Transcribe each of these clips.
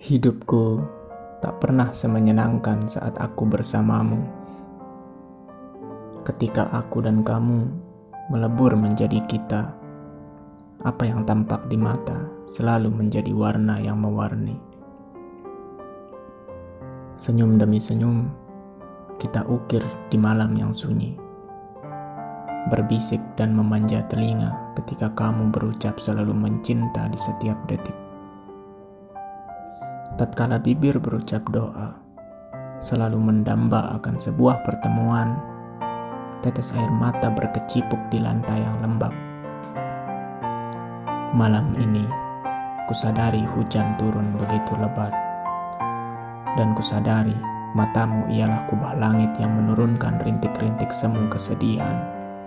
Hidupku tak pernah semenyenangkan saat aku bersamamu. Ketika aku dan kamu melebur menjadi kita, apa yang tampak di mata selalu menjadi warna yang mewarni. Senyum demi senyum, kita ukir di malam yang sunyi. Berbisik dan memanja telinga ketika kamu berucap selalu mencinta di setiap detik. Tatkala bibir berucap doa, selalu mendamba akan sebuah pertemuan, tetes air mata berkecipuk di lantai yang lembab. Malam ini, kusadari hujan turun begitu lebat. Dan kusadari matamu ialah kubah langit yang menurunkan rintik-rintik semu kesedihan.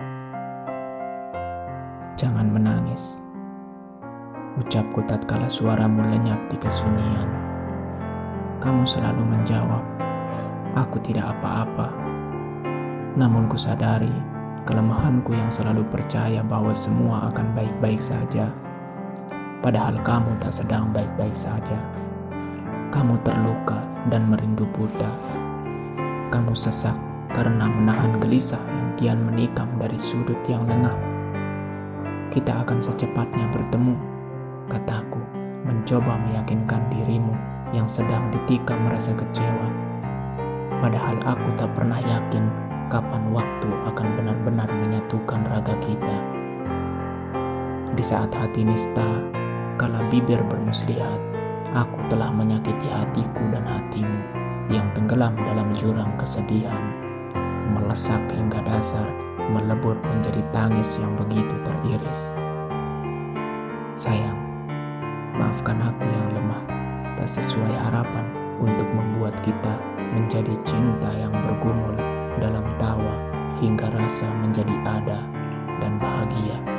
Jangan menangis, ucapku tatkala suaramu lenyap di kesunyian. Kamu selalu menjawab, aku tidak apa-apa. Namun kusadari kelemahanku yang selalu percaya bahwa semua akan baik-baik saja. Padahal kamu tak sedang baik-baik saja. Kamu terluka dan merindu buta. Kamu sesak karena menahan gelisah yang kian menikam dari sudut yang lengah. Kita akan secepatnya bertemu, kataku, mencoba meyakinkan dirimu yang sedang ditikam rasa kecewa. Padahal aku tak pernah yakin kapan waktu akan benar-benar menyatukan raga kita. Di saat hati nista, kala bibir bermuslihat, aku telah menyakiti hatiku dan hatimu yang tenggelam dalam jurang kesedihan, melesak hingga dasar, melebur menjadi tangis yang begitu teriris. Sayang, maafkan aku yang lemah, tak sesuai harapan untuk membuat kita menjadi cinta yang bergumul dalam tawa hingga rasa menjadi ada dan bahagia.